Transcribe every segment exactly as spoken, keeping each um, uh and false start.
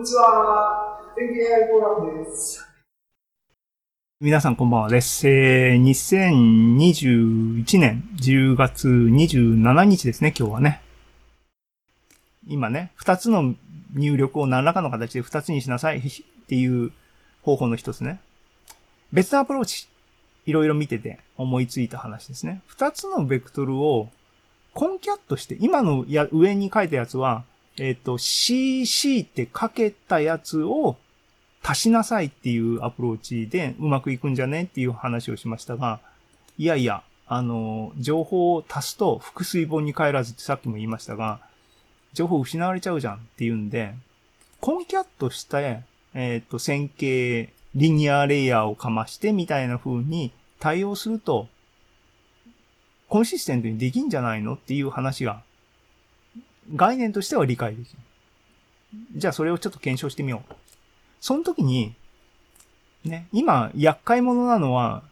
にちは。天気 エーアイ フォーラムです。 皆さんこんばんはです。えー、にせんにじゅういちねんじゅうがつにじゅうしちにちですね、今日はね。今ね、二つの入力を何らかの形で二つにしなさいっていう方法の一つね。別のアプローチ、いろいろ見てて思いついた話ですね。二つのベクトルをコンキャットして、今のや上に書いたやつは、えっと、シーシー ってかけたやつを足しなさいっていうアプローチでうまくいくんじゃねっていう話をしましたが、いやいや、あの、情報を足すと複数本に帰らずってさっきも言いましたが、情報失われちゃうじゃんっていうんで、コンキャットして、えっと、線形、リニアレイヤーをかましてみたいな風に対応すると、コンシステントにできんじゃないのっていう話が、概念としては理解できる。じゃあそれをちょっと検証してみよう。その時に、ね、今、厄介者なのは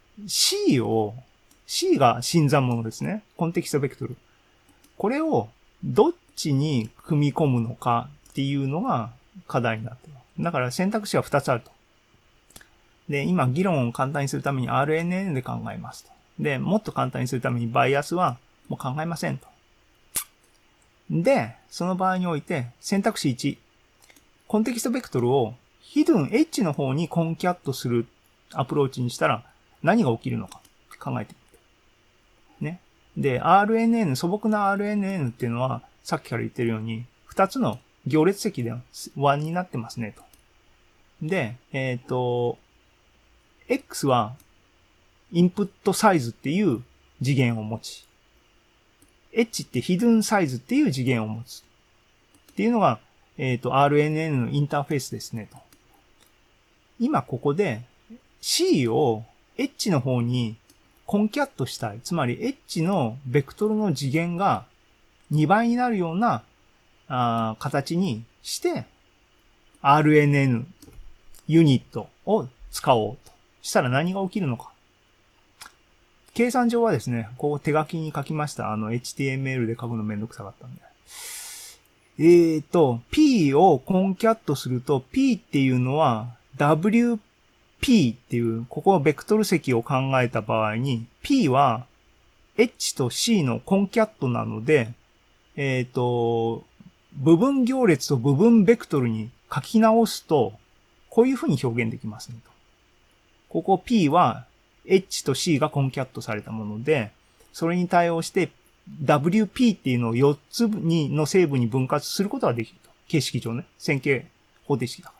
C を、C が新参者ですね。コンテキストベクトル。これをどっちに組み込むのかっていうのが課題になっています。だから選択肢はふたつあると。で、今議論を簡単にするために アールエヌエヌ で考えますと。で、もっと簡単にするためにバイアスはもう考えませんと。で、その場合において選択肢いち。コンテキストベクトルをヒドゥン H の方にコンキャットするアプローチにしたら何が起きるのか考えてみて。ね。で、アールエヌエヌ、素朴な アールエヌエヌ っていうのはさっきから言ってるようにふたつの行列積でいちになってますねと。で、えっと、X はインプットサイズっていう次元を持ち、H ってヒドゥンサイズっていう次元を持つ。っていうのが、えっと、アールエヌエヌ のインターフェースですねと。今ここで C を H の方にコンキャットしたい。つまり H のベクトルの次元がにばいになるようなあ形にして アールエヌエヌ ユニットを使おうと。したら何が起きるのか。計算上はですね、こう手書きに書きました。あの エイチティーエムエル で書くのめんどくさかったんで。えーと、P をコンキャットすると P っていうのは ダブリューピー っていう、ここはベクトル積を考えた場合に P は H と C のコンキャットなので、えーと、部分行列と部分ベクトルに書き直すと、こういう風に表現できますねと。ここ P は H と C がコンキャットされたもので、それに対応して ダブリューピー っていうのをよっつにの成分に分割することができると。形式上ね。線形方程式だから。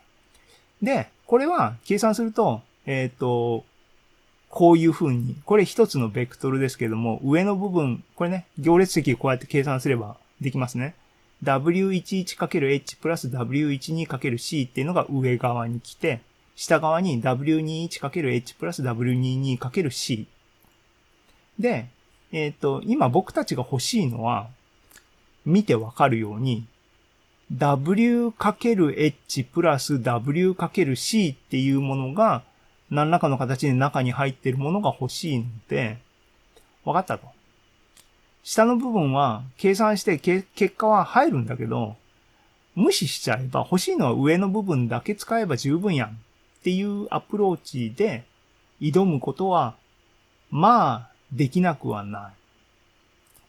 で、これは計算すると、えっと、こういう風に、これ一つのベクトルですけども、上の部分、これね、行列積をこうやって計算すればできますね。ダブリューじゅういちかけるエイチ プラス ダブリューじゅうにかけるシー っていうのが上側に来て、下側に ダブリューにじゅういちかけるエイチ プラス ダブリューにじゅうにかけるシー。で、えっと、今僕たちが欲しいのは、見てわかるように、ダブリューかけるエイチ プラス ダブリューかけるシー っていうものが、何らかの形で中に入っているものが欲しいので、わかったと。下の部分は計算して結果は入るんだけど、無視しちゃえば欲しいのは上の部分だけ使えば十分やんっていうアプローチで挑むことは、まあ、できなくはない。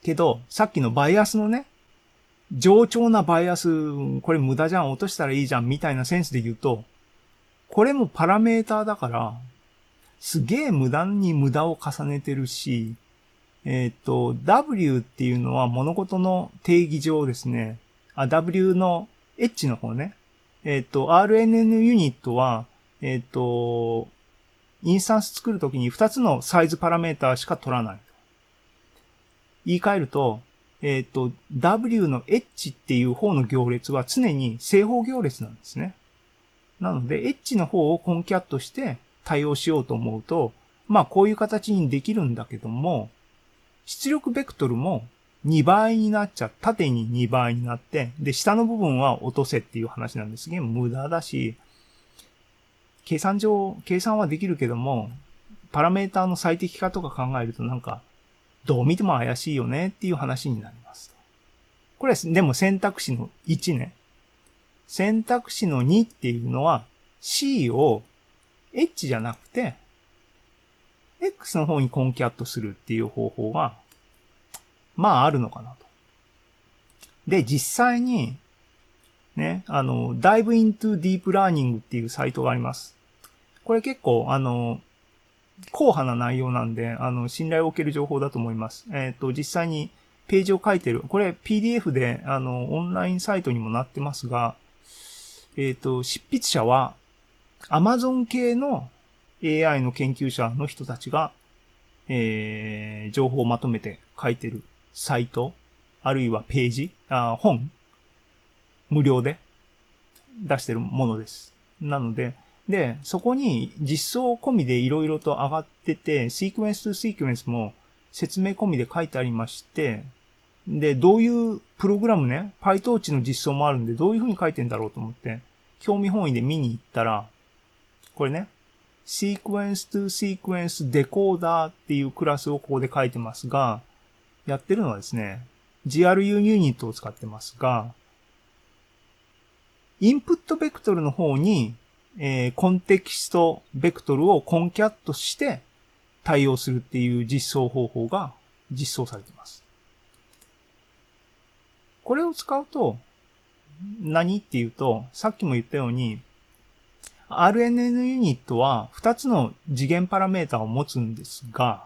けど、さっきのバイアスのね、冗長なバイアス、これ無駄じゃん、落としたらいいじゃんみたいなセンスで言うと、これもパラメーターだから、すげえ無駄に無駄を重ねてるし、えっと、W っていうのは物事の定義上ですね、あ、W の H の方ね、えっと、アールエヌエヌ ユニットは、えっと、インスタンス作るときにふたつのサイズパラメーターしか取らない。言い換えると、えっと、W の H っていう方の行列は常に正方行列なんですね。なので、H の方をコンキャットして対応しようと思うと、まあこういう形にできるんだけども、出力ベクトルもにばいになっちゃう。縦ににばいになって、で、下の部分は落とせっていう話なんですけど、無駄だし、計算上、計算はできるけども、パラメーターの最適化とか考えるとなんか、どう見ても怪しいよねっていう話になります。これは、でも選択肢のいちね。 選択肢のにっていうのは C を H じゃなくて X の方にコンキャットするっていう方法がまああるのかなと。で、実際にね、あの、Dive into Deep Learning っていうサイトがあります。これ結構あの、硬派な内容なんで、あの、信頼を受ける情報だと思います。えっと、実際にページを書いてる。これ ピーディーエフ で、あの、オンラインサイトにもなってますが、えっと、執筆者は Amazon 系の エーアイ の研究者の人たちが、えー、情報をまとめて書いてるサイト、あるいはページ、あ、本、無料で出してるものです。なので、で、そこに実装込みでいろいろと上がってて、シークエンスとシークエンスも説明込みで書いてありまして、で、どういうプログラムね、PyTorch の実装もあるんで、どういう風に書いてんだろうと思って、興味本位で見に行ったら、これね、Sequence to Sequence Decoder っていうクラスをここで書いてますが、やってるのはですね、ジーアールユー ユニットを使ってますが、インプットベクトルの方に、えー、コンテキストベクトルをコンキャットして対応するっていう実装方法が実装されています。これを使うと何っていうと、さっきも言ったように アールエヌエヌ ユニットはふたつの次元パラメータを持つんですが、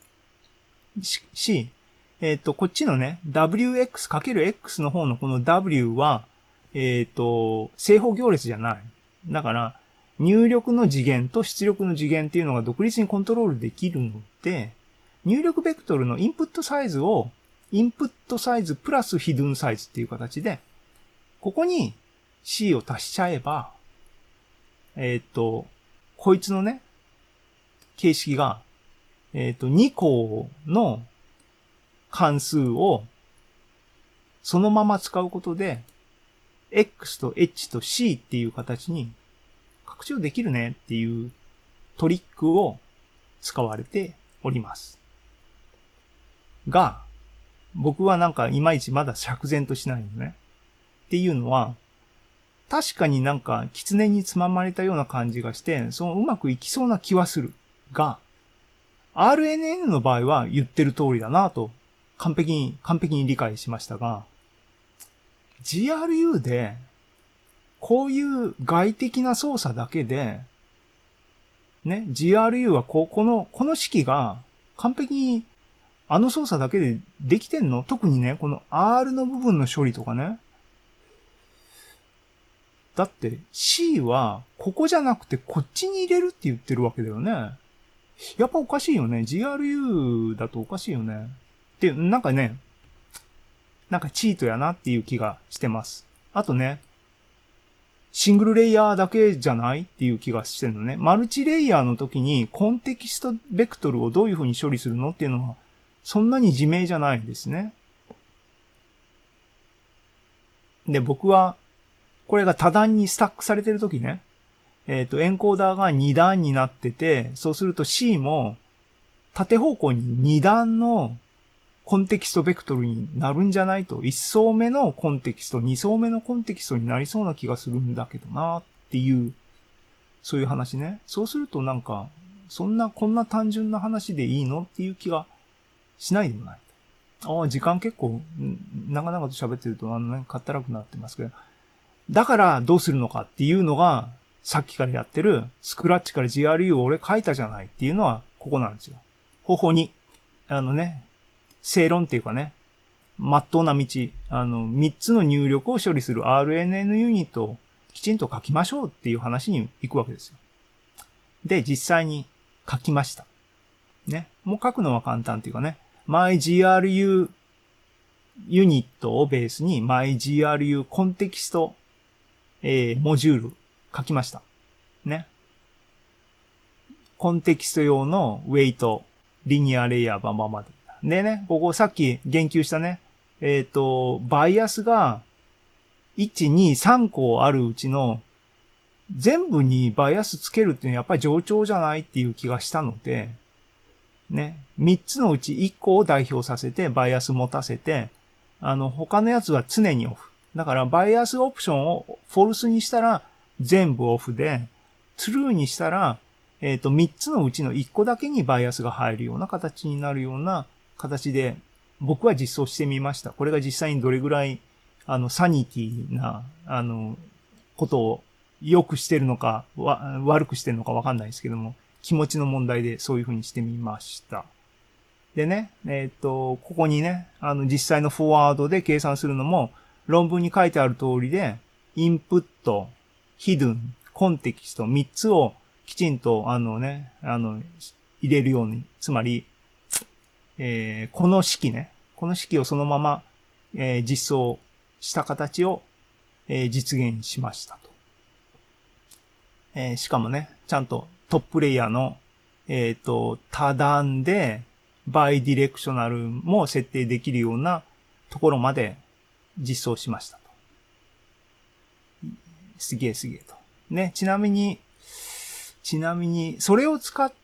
し、えっと、こっちのね、ダブリューエックスかけるエックス の方のこの W は、えっと、正方行列じゃない。だから、入力の次元と出力の次元っていうのが独立にコントロールできるので、入力ベクトルのインプットサイズを、インプットサイズプラスヒドゥンサイズっていう形で、ここに C を足しちゃえば、えっと、こいつのね、形式が、えっと、に項の関数をそのまま使うことで、X と H と C っていう形に拡張できるねっていうトリックを使われております。が、僕はなんかいまいちまだ釈然としないのね。っていうのは、確かになんか狐につままれたような感じがして、そのうまくいきそうな気はする。が、アールエヌエヌ の場合は言ってる通りだなと完璧に、完璧に理解しましたが、ジーアールユー で、こういう外的な操作だけで、ね、ジーアールユー はこ、この、この式が完璧にあの操作だけでできてんの？特にね、この R の部分の処理とかね。だって C はここじゃなくてこっちに入れるって言ってるわけだよね。やっぱおかしいよね。ジーアールユー だとおかしいよね。で、なんかね、なんかチートやなっていう気がしてます。あとね、シングルレイヤーだけじゃないっていう気がしてるのね。マルチレイヤーの時にコンテキストベクトルをどういう風に処理するのっていうのはそんなに自明じゃないんですね。で、僕はこれが多段にスタックされてる時ね、えっと、エンコーダーがに段になってて、そうすると C も縦方向にに段のコンテキストベクトルになるんじゃないと、いち層目のコンテキスト、に層目のコンテキストになりそうな気がするんだけどなっていう、そういう話ね。そうするとなんか、そんな、こんな単純な話でいいのっていう気がしないでもない。ああ、時間結構、長々と喋ってると、あのね、かったらくなってますけど。だからどうするのかっていうのが、さっきからやってる、スクラッチから ジーアールユー を俺書いたじゃないっていうのは、ここなんですよ。方法に、あのね、正論っていうかね、真っ当な道、あの、みっつの入力を処理する アールエヌエヌ ユニットをきちんと書きましょうっていう話に行くわけですよ。で、実際に書きました。ね。もう書くのは簡単っていうかね、MyGRU ユニットをベースに MyGRU コンテキスト、えー、モジュール書きました。ね。コンテキスト用のウェイト、リニアレイヤーバンバンバン。でね、ここさっき言及したね、えっと、バイアスがいち、に、さん項あるうちの全部にバイアスつけるっていうのはやっぱり冗長じゃないっていう気がしたので、ね、みっつのうちいっこを代表させてバイアス持たせて、あの、他のやつは常にオフ。 だから、バイアスオプションをフォルスにしたら全部オフで、トゥルーにしたら、えっと、みっつのうちのいっこだけにバイアスが入るような形になるような形で、僕は実装してみました。これが実際にどれぐらい、あの、サニティな、あの、ことを良くしてるのか、わ悪くしてるのかわかんないですけども、気持ちの問題でそういう風にしてみました。でね、えっと、ここにね、あの、実際のフォワードで計算するのも、論文に書いてある通りで、インプット、ヒドゥン、コンテキストみっつをきちんと、あのね、あの、入れるように、つまり、えー、この式ね、この式をそのまま、えー、実装した形を、えー、実現しましたと。えー、しかもね、ちゃんとトップレイヤーの、えっと、多段で、バイディレクショナルも設定できるようなところまで実装しましたと。すげえすげえと。ね、ちなみに、ちなみに、それを使って、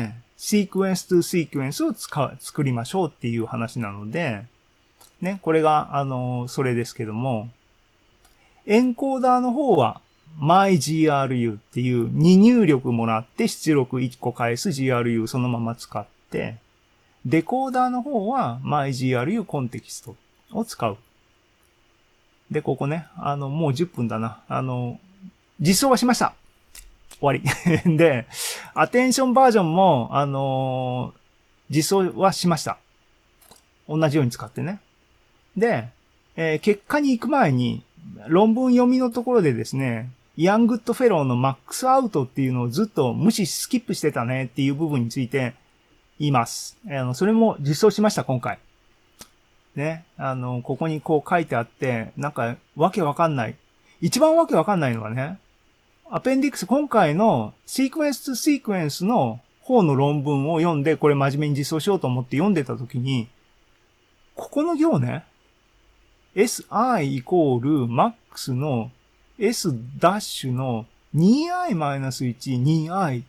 シークエンストゥシークエンスを使う、作りましょうっていう話なので、ね、これが、あの、それですけども、エンコーダーの方は、MyGRU っていうに入力もらって出力いっこ返す ジーアールユー そのまま使って、デコーダーの方は MyGRU コンテキストを使う。で、ここね、あの、もうじゅっぷんだな。あの、実装はしました。終わり。で、アテンションバージョンも、あのー、実装はしました。同じように使ってね。で、えー、結果に行く前に、論文読みのところでですね、イアン・グッドフェローのマックスアウトっていうのをずっと無視、スキップしてたねっていう部分について言います。あの、それも実装しました、今回。ね。あの、ここにこう書いてあって、なんか、わけわかんない。一番わけわかんないのはね、アペンディクス、今回のシークエンス2シークエンスの方の論文を読んで、これ真面目に実装しようと思って読んでたときに、ここの行ね、si イコール max の s ダッシュの にアイマイナスいち、にアイ。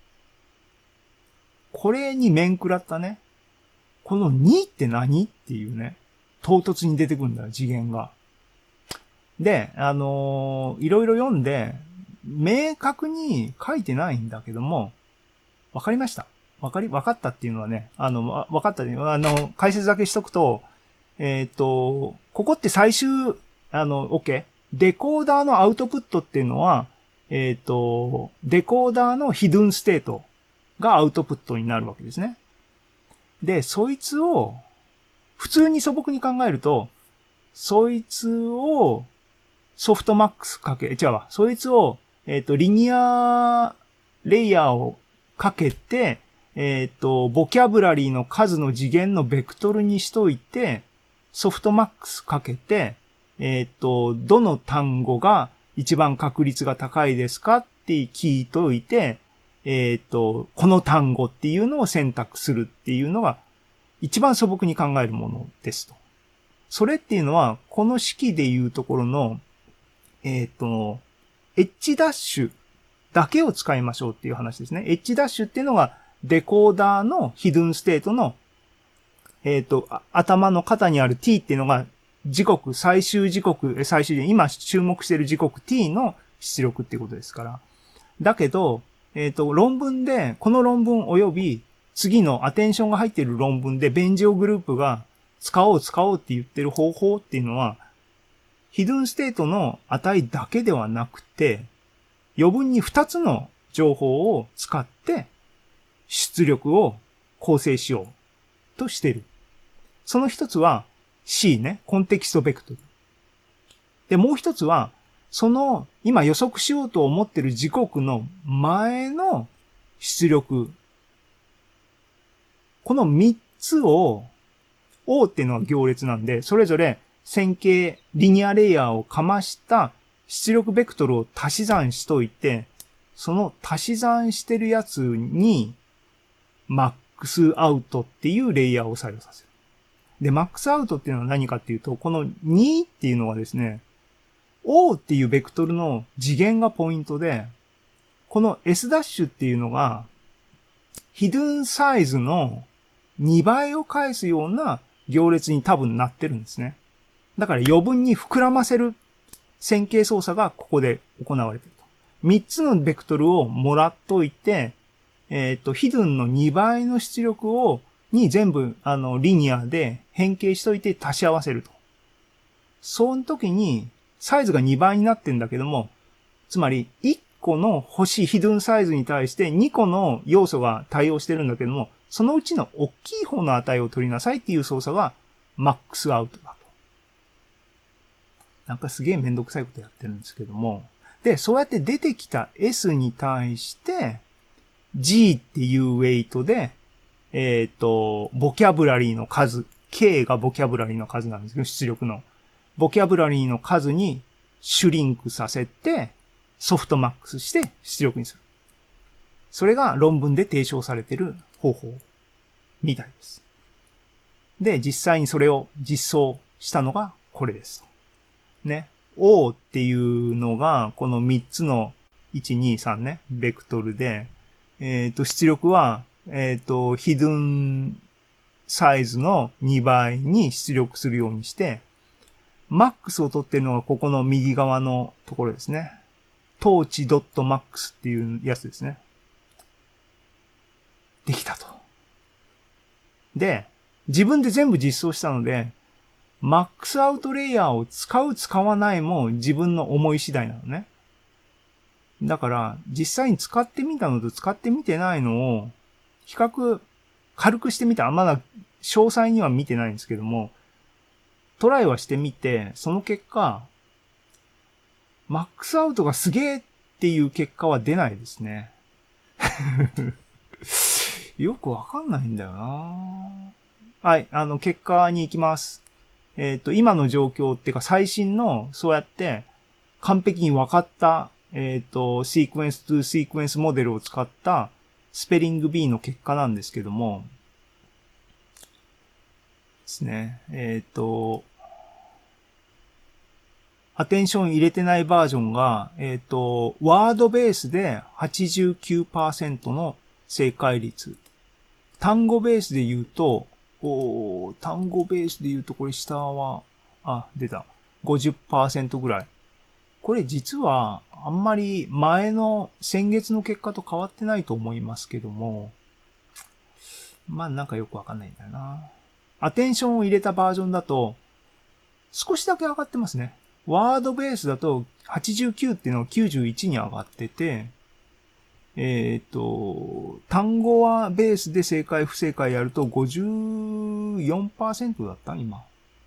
これに面食らったね。このにって何っていうね、唐突に出てくるんだよ、次元が。で、あのー、いろいろ読んで、明確に書いてないんだけども、わかりました。わかり、わかったっていうのはね、あの、わ、わかったね。あの、解説だけしとくと、えっと、ここって最終、あの、OK。デコーダーのアウトプットっていうのは、えっと、デコーダーのヒドゥンステートがアウトプットになるわけですね。で、そいつを、普通に素朴に考えると、そいつをソフトマックスかけ、違うわ、そいつを、えっと、リニアレイヤーをかけて、えっと、ボキャブラリーの数の次元のベクトルにしといて、ソフトマックスかけて、えっと、どの単語が一番確率が高いですかって聞いといて、えっと、この単語っていうのを選択するっていうのが一番素朴に考えるものですと。それっていうのは、この式でいうところの、えっと、H ダッシュだけを使いましょうっていう話ですね。H ダッシュっていうのがデコーダーのヒドゥンステートの、えっと、頭の肩にある t っていうのが時刻、最終時刻、最終で今注目している時刻 t の出力っていうことですから。だけど、えっと、論文で、この論文及び次のアテンションが入っている論文でベンジオグループが使おう使おうって言ってる方法っていうのは、ヒドゥンステートの値だけではなくて、余分にふたつの情報を使って出力を構成しようとしている。その一つは C ね、コンテキストベクトル。で、もう一つは、その今予測しようと思っている時刻の前の出力。この三つを O っていうのは行列なんで、それぞれ線形リニアレイヤーをかました出力ベクトルを足し算しといて、その足し算してるやつにマックスアウトっていうレイヤーを作用させる。で、マックスアウトっていうのは何かっていうと、このにっていうのはですね、O っていうベクトルの次元がポイントで、この S' っていうのがヒドゥンサイズのにばいを返すような行列に多分なってるんですね。 だから余分に膨らませる線形操作がここで行われていると。みっつのベクトルをもらっといて、えっと、ヒドゥンのにばいの出力を、に全部、あの、リニアで変形しといて足し合わせると。その時に、サイズがにばいになってんだけども、つまり、いっこの欲しいヒドゥンサイズに対してにこの要素が対応してるんだけども、そのうちの大きい方の値を取りなさいっていう操作が、マックスアウトだと。なんかすげえめんどくさいことやってるんですけども。で、そうやって出てきた S に対して、G っていうウェイトで、えっと、ボキャブラリーの数、K がボキャブラリーの数なんですけど、出力の。ボキャブラリーの数にシュリンクさせて、ソフトマックスして出力にする。それが論文で提唱されている方法みたいです。で、実際にそれを実装したのがこれです。ね。O っていうのが、このみっつのいち、に、さんね、ベクトルで、えっと、出力は、えっと、ヒドゥンサイズのにばいに出力するようにして、マックスを取ってるのがここの右側のところですね。トーチ .max っていうやつですね。できたと。で、自分で全部実装したので、マックスアウトレイヤーを使う使わないも自分の思い次第なのね。だから、実際に使ってみたのと使ってみてないのを、比較、軽くしてみた。まだ詳細には見てないんですけども、トライはしてみて、その結果、マックスアウトがすげえっていう結果は出ないですね。よくわかんないんだよな。はい、あの、結果に行きます。えっと、今の状況っていうか最新の、そうやって完璧に分かった、えっと、シークエンストゥシークエンスモデルを使ったスペリング B の結果なんですけども、ですね。えっと、アテンション入れてないバージョンが、えっと、ワードベースで はちじゅうきゅうパーセント の正解率。単語ベースで言うと、お単語ベースで言うと、これ下は、あ、出た。ごじゅっパーセント ぐらい。これ実は、あんまり前の先月の結果と変わってないと思いますけども、まあなんかよくわかんないんだよな。アテンションを入れたバージョンだと、少しだけ上がってますね。ワードベースだとはちじゅうきゅうっていうのがきゅうじゅういちに上がってて、えっと、単語はベースで正解不正解やると ごじゅうよんパーセント だった今。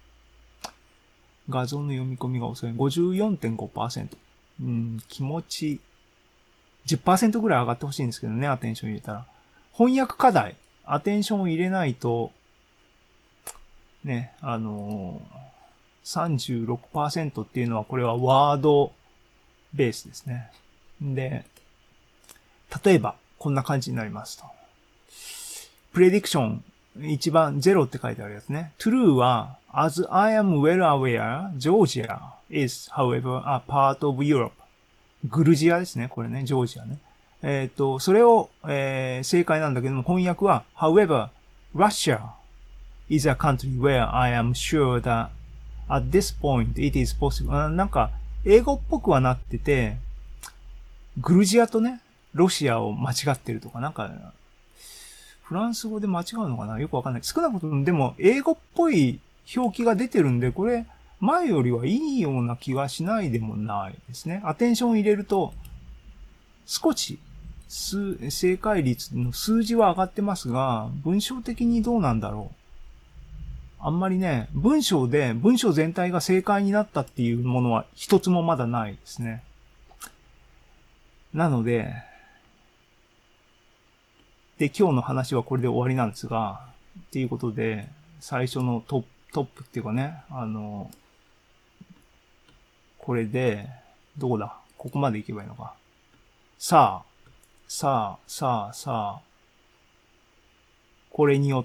画像の読み込みが遅い。ごじゅうよんてんごパーセント。うん、気持ち、じゅっパーセント ぐらい上がってほしいんですけどね、アテンション入れたら。翻訳課題。アテンションを入れないと、ね、あのー、さんじゅうろくパーセント っていうのはこれはワードベースですね。で、例えばこんな感じになりますと。プレディクション一番ゼロって書いてあるやつね。true は as I am well aware, Georgia is however a part of Europe. グルジアですね。これね、ジョージアね。えっと、それを、えー、正解なんだけども、翻訳は however, Russia is a country where I am sure that at this point it is possible. なんか、英語っぽくはなってて、グルジアとね、ロシアを間違ってるとか、なんか、フランス語で間違うのかなよくわかんない。少なくともでも、英語っぽい表記が出てるんで、これ、前よりはいいような気がしないでもないですね。アテンションを入れると、少し、正解率の数字は上がってますが、文章的にどうなんだろう。あんまりね、文章で、文章全体が正解になったっていうものは一つもまだないですね。なので、で、今日の話はこれで終わりなんですが、っていうことで、最初のトップ、トップっていうかね、あの、これで、どこだ？ここまで行けばいいのか。さあ、さあ、さあ、さあ、これによって、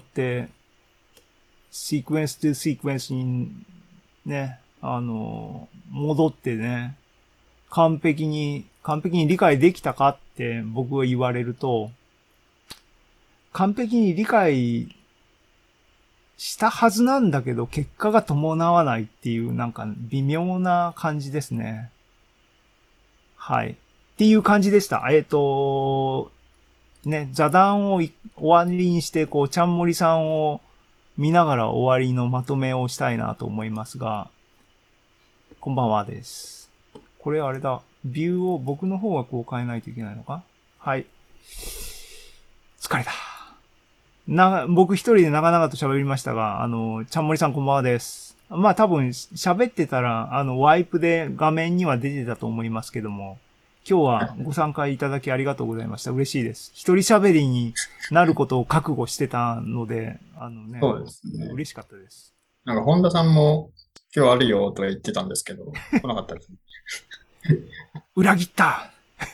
シークエンスとシークエンスにね、あの、戻ってね、完璧に、完璧に理解できたかって僕が言われると、完璧に理解したはずなんだけど、結果が伴わないっていう、なんか微妙な感じですね。はい。っていう感じでした。えっと、ね、座談を終わりにして、こう、ちゃんもりさんを見ながら終わりのまとめをしたいなと思いますが、こんばんはです。これあれだ。ビューを僕の方がこう変えないといけないのか？はい。疲れた。な、僕一人で長々と喋りましたが、あの、ちゃんもりさんこんばんはです。まあ多分喋ってたら、あの、ワイプで画面には出てたと思いますけども、今日はご参加いただきありがとうございました。嬉しいです。一人喋りになることを覚悟してたので、あのね、 そうですね。 嬉しかったです。 なんか、本田さんも今日あるよとは言ってたんですけど、来なかったですね。 裏切った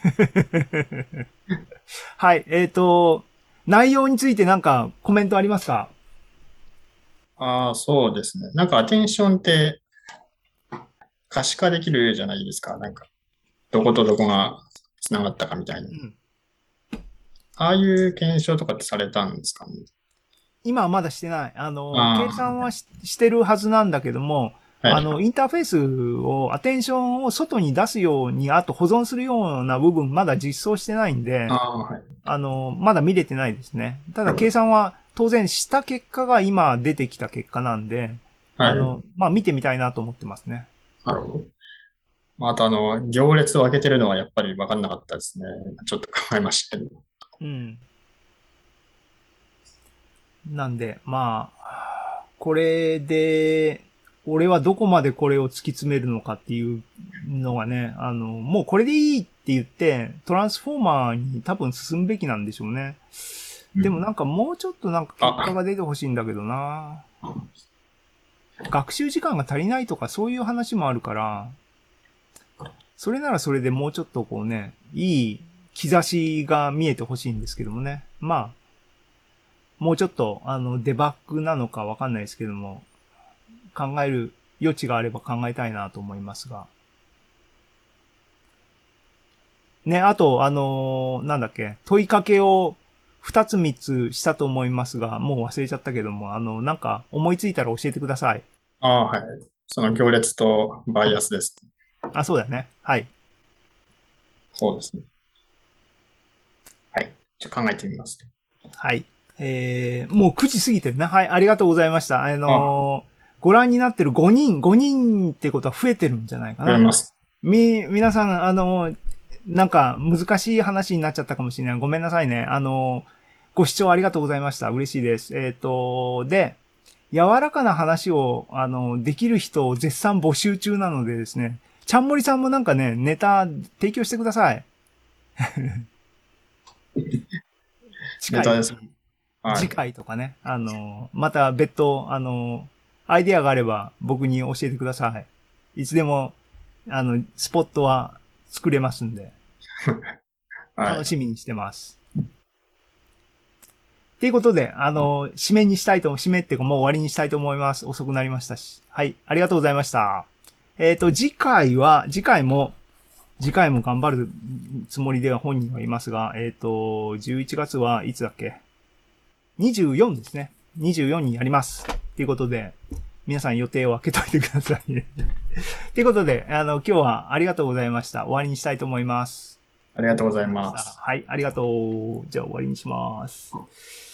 はい、えっと、内容についてなんかコメントありますか？ ああ、そうですね。なんか、アテンションって可視化できるじゃないですか。なんか、どことどこが繋がったかみたいな。 うん。 ああいう検証とかってされたんですかね。 今はまだしてない。あの、 あ計算はし、してるはずなんだけども、 あ、はい。 あの、インターフェースを、アテンションを外に出すように、あと保存するような部分まだ実装してないんで、 ああ、はい。 あの、まだ見れてないですね。ただ計算は当然した結果が今出てきた結果なんで、 はい。 あの、まあ、見てみたいなと思ってますね。 なるほど。まああと、あの、行列を開けてるのはやっぱり分かんなかったですね。ちょっと考えましたけど。 うん。なんで、まあ、これで、俺はどこまでこれを突き詰めるのかっていうのがね、あの、もうこれでいいって言って、トランスフォーマーに多分進むべきなんでしょうね。でもなんかもうちょっとなんか結果が出てほしいんだけどな。学習時間が足りないとかそういう話もあるから、それならそれでもうちょっとこうね、いい兆しが見えてほしいんですけどもね。まあ、もうちょっと、あの、デバッグなのかわかんないですけども、考える余地があれば考えたいなと思いますが。ね、あと、あのーなんだっけ、問いかけを二つ三つしたと思いますが、もう忘れちゃったけども、あの、なんか思いついたら教えてください。 ああ、はい。その行列とバイアスです。 あ、そうだね。はい。 そうですね。はい。ちょっと考えてみます。 はい。えー、もうくじ過ぎてるな。はい、ありがとうございました。ああ、 のーご覧になってるごにん、ごにんってことは増えてるんじゃないかな。 増えます。 み、皆さん、あのーなんか難しい話になっちゃったかもしれない。ごめんなさいね。あのーご視聴ありがとうございました。嬉しいです。えっと、で、柔らかな話を、あの、できる人を絶賛募集中なのでですね、ちゃんもりさんもなんかね、ネタ提供してください。近いうちネタです。はい。 次回とかね、あの、また別途、あの、アイデアがあれば僕に教えてください。いつでも、あの、スポットは作れますんで、 はい。 楽しみにしてます。ということで、あの、締めにしたいと、締めっていうかもう終わりにしたいと思います。遅くなりましたし。はい、ありがとうございました。えっと、次回は、次回も、次回も頑張るつもりでは本人はいますが、えっと、じゅういちがつはいつだっけ？にじゅうよっかですね。にじゅうよっかにやります。ということで、皆さん予定を空けといてくださいね。ということで、あの、今日はありがとうございました。終わりにしたいと思います。 ありがとうございます。 はい、ありがとう。じゃあ終わりにします。